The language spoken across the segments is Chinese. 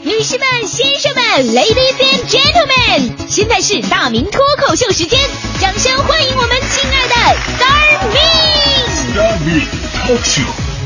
女士们、先生们 ，Ladies and Gentlemen， 现在是大明脱口秀时间，掌声欢迎我们亲爱的 Star Me。 大明脱口秀。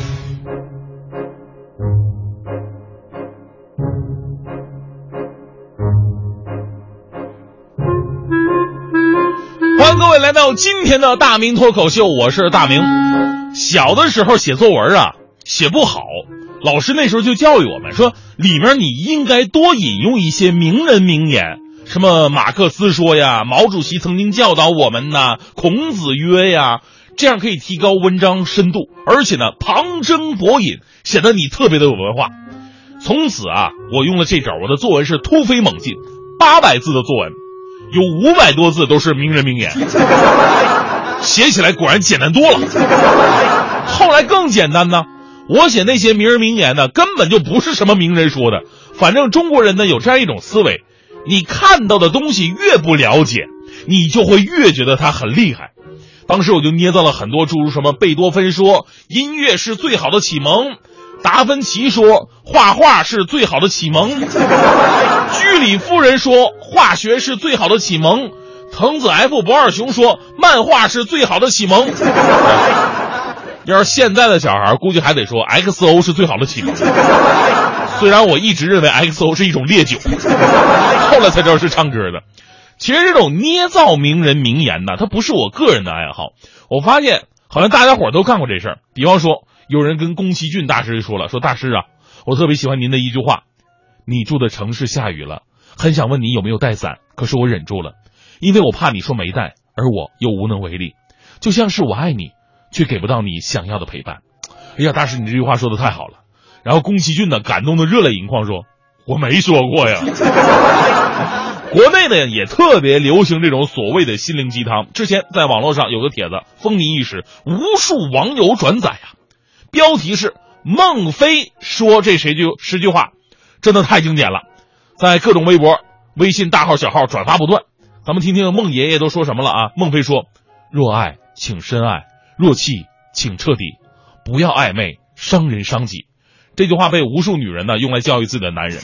欢迎各位来到今天的大明脱口秀，我是大明。小的时候写作文啊，写不好，老师那时候就教育我们说，里面你应该多引用一些名人名言，什么马克思说呀，毛主席曾经教导我们呐，孔子曰呀，这样可以提高文章深度，而且呢旁征博引，显得你特别的有文化。从此啊，我用了这招，我的作文是突飞猛进，800字的作文有500多字都是名人名言，写起来果然简单多了。后来更简单呢，我写那些名人名言呢，根本就不是什么名人说的。反正中国人呢有这样一种思维，你看到的东西越不了解，你就会越觉得它很厉害。当时我就捏造了很多诸如什么贝多芬说音乐是最好的启蒙，达芬奇说画画是最好的启蒙，居里夫人说化学是最好的启蒙，藤子 F 不二雄说漫画是最好的启蒙。要是现在的小孩估计还得说 XO 是最好的启蒙，虽然我一直认为 XO 是一种烈酒，后来才知道是唱歌的。其实这种捏造名人名言呢，它不是我个人的爱好，我发现好像大家伙都干过这事儿。比方说有人跟宫崎骏大师说了，说大师啊，我特别喜欢您的一句话，你住的城市下雨了，很想问你有没有带伞，可是我忍住了，因为我怕你说没带，而我又无能为力，就像是我爱你却给不到你想要的陪伴。哎呀，大师你这句话说的太好了。然后宫崎骏呢感动的热泪盈眶说，我没说过呀。国内呢也特别流行这种所谓的心灵鸡汤，之前在网络上有个帖子风靡一时，无数网友转载啊，标题是孟非说这10句话，真的太经典了，在各种微博、微信大号小号转发不断。咱们听听孟爷爷都说什么了啊。孟非说，若爱请深爱，若弃请彻底，不要暧昧伤人伤己。这句话被无数女人呢用来教育自己的男人。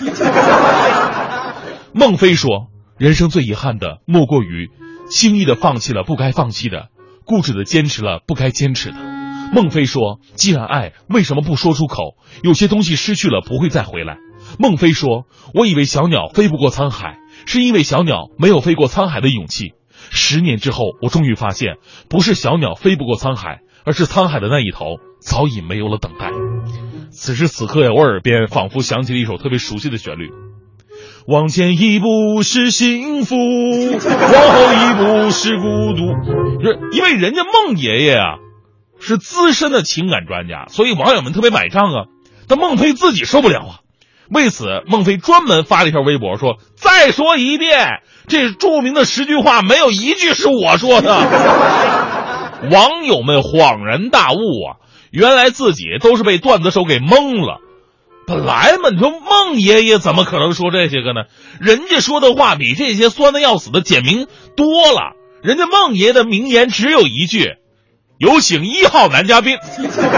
孟非说，人生最遗憾的莫过于轻易的放弃了不该放弃的，固执的坚持了不该坚持的。孟非说，既然爱为什么不说出口，有些东西失去了不会再回来。孟非说，我以为小鸟飞不过沧海，是因为小鸟没有飞过沧海的勇气。10年之后我终于发现，不是小鸟飞不过沧海，而是沧海的那一头早已没有了等待。此时此刻呀，我耳边仿佛响起了一首特别熟悉的旋律，往前一步是幸福，往后一步是孤独。因为人家孟爷爷啊是资深的情感专家，所以网友们特别买账啊。但孟非自己受不了啊，为此孟非专门发了一条微博说，再说一遍，这著名的10句话没有一句是我说的。网友们恍然大悟啊，原来自己都是被段子手给蒙了。本来嘛，你说孟爷爷怎么可能说这些个呢？人家说的话比这些酸的要死的简明多了。人家孟爷爷的名言只有一句，有请1号男嘉宾。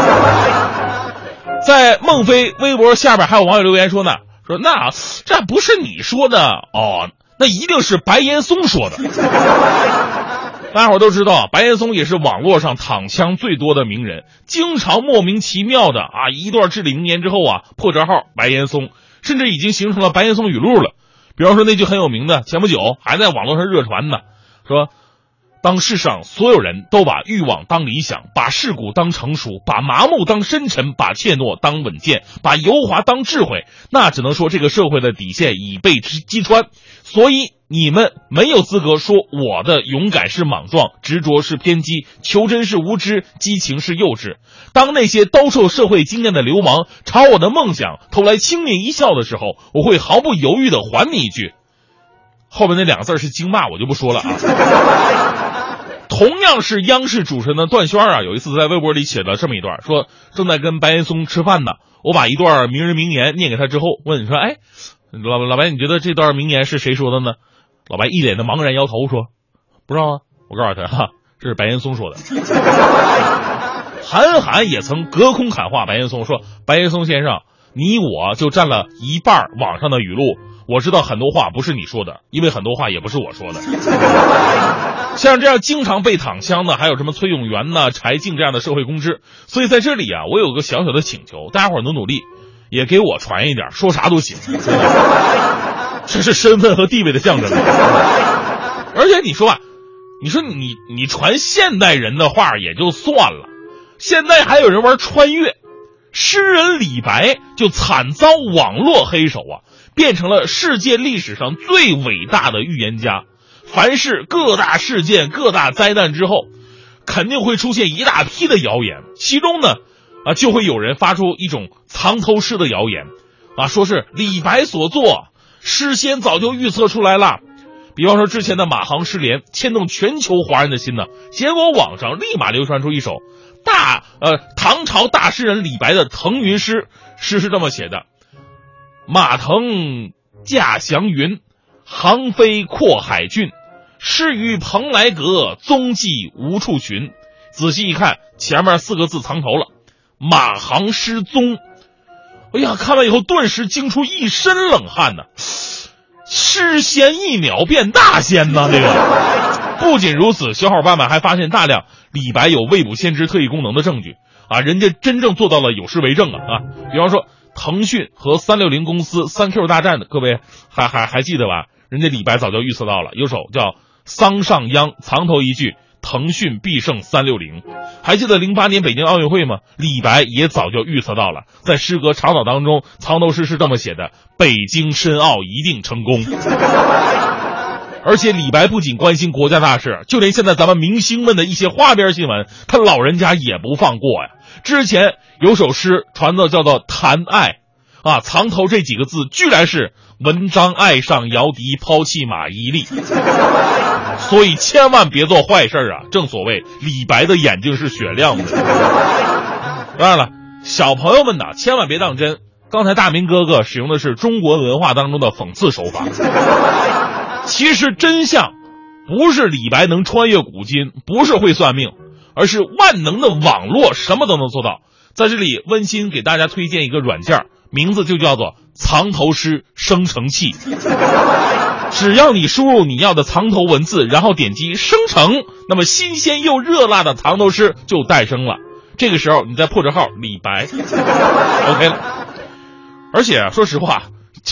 在孟非微博下边还有网友留言说呢，说那这不是你说的哦，那一定是白岩松说的。大家伙都知道，白岩松也是网络上躺枪最多的名人，经常莫名其妙的啊一段至理名言之后啊破折号白岩松，甚至已经形成了白岩松语录了。比方说那句很有名的，前不久还在网络上热传呢，说当世上所有人都把欲望当理想，把世故当成熟，把麻木当深沉，把怯懦当稳健，把油滑当智慧，那只能说这个社会的底线已被击穿。所以你们没有资格说我的勇敢是莽撞，执着是偏激，求真是无知，激情是幼稚。当那些兜售社会经验的流氓朝我的梦想投来轻蔑一笑的时候，我会毫不犹豫地还你一句。后面那2个字是经骂，我就不说了啊。同样是央视主持人的段轩啊，有一次在微博里写了这么一段，说正在跟白岩松吃饭呢，我把一段名人名言念给他之后，问你说，哎，老白，你觉得这段名言是谁说的呢？老白一脸的茫然摇头说，不知道啊。我告诉他哈，这是白岩松说的。韩寒也曾隔空喊话白岩松说，白岩松先生， 你我就占了一半网上的语录。我知道很多话不是你说的，因为很多话也不是我说的。像这样经常被躺枪的，还有什么崔永元呢、柴静这样的社会公知。所以在这里啊，我有个小小的请求，大家伙努力，也给我传一点，说啥都行。这是身份和地位的象征。而且你说啊，你传现代人的话也就算了，现在还有人玩穿越。诗人李白就惨遭网络黑手啊，变成了世界历史上最伟大的预言家。凡是各大事件、各大灾难之后，肯定会出现一大批的谣言，其中呢就会有人发出一种藏头诗的谣言说是李白所作，诗仙早就预测出来了。比方说之前的马航失联牵动全球华人的心呢，结果网上立马流传出一首唐朝大诗人李白的腾云诗，诗是这么写的：马腾驾祥云，航飞阔海峻，诗于蓬莱阁，踪迹无处寻。仔细一看，前面4个字藏头了，马航失踪。哎呀，看完以后顿时惊出一身冷汗呢。诗仙一秒变大仙呢，这个。不仅如此，小伙伴们还发现大量李白有未卜先知特异功能的证据人家真正做到了有诗为证比方说腾讯和360公司3Q 大战的，各位还记得吧？人家李白早就预测到了，有首叫桑上央，藏头一句腾讯必胜360。还记得08年北京奥运会吗？李白也早就预测到了，在诗歌长岛当中，藏头诗是这么写的：北京申奥一定成功。而且李白不仅关心国家大事，就连现在咱们明星们的一些花边新闻，他老人家也不放过呀。之前有首诗传的叫做谈爱藏头这几个字居然是文章爱上姚笛，抛弃马伊琍。所以千万别做坏事正所谓李白的眼睛是雪亮的。当然了，小朋友们呢千万别当真，刚才大明哥哥使用的是中国文化当中的讽刺手法。其实真相不是李白能穿越古今，不是会算命，而是万能的网络什么都能做到。在这里温馨给大家推荐一个软件，名字就叫做藏头诗生成器。只要你输入你要的藏头文字，然后点击生成，那么新鲜又热辣的藏头诗就诞生了。这个时候你再破折号李白OK 了。而且说实话，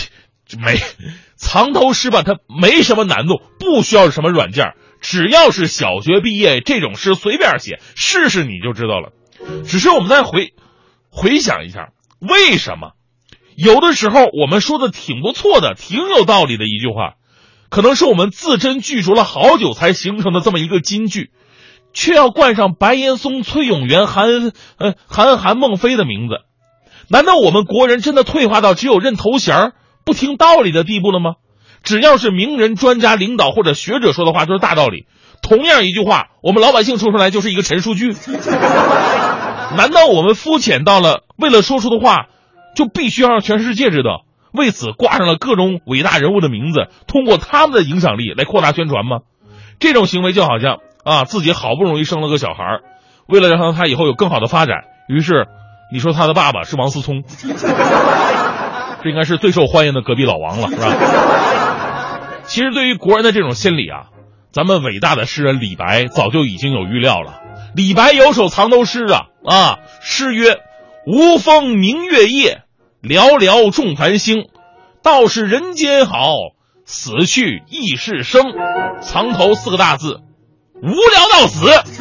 藏头诗吧，它没什么难度，不需要什么软件，只要是小学毕业，这种诗随便写，试试你就知道了。只是我们再回想一下，为什么有的时候我们说的挺不错的，挺有道理的一句话，可能是我们字斟句酌了好久才形成的这么一个金句，却要冠上白岩松、崔永元、韩孟非的名字。难道我们国人真的退化到只有认头衔不听道理的地步了吗？只要是名人、专家、领导或者学者说的话就是大道理，同样一句话我们老百姓说出来就是一个陈述句。难道我们肤浅到了为了说出的话就必须要让全世界知道，为此挂上了各种伟大人物的名字，通过他们的影响力来扩大宣传吗？这种行为就好像自己好不容易生了个小孩，为了让他以后有更好的发展，于是你说他的爸爸是王思聪，这应该是最受欢迎的隔壁老王了，是吧？其实对于国人的这种心理咱们伟大的诗人李白早就已经有预料了。李白有首藏头诗诗曰：无风明月夜，寥寥众繁星，道是人间好，死去亦是生。藏头4个大字，无聊到死。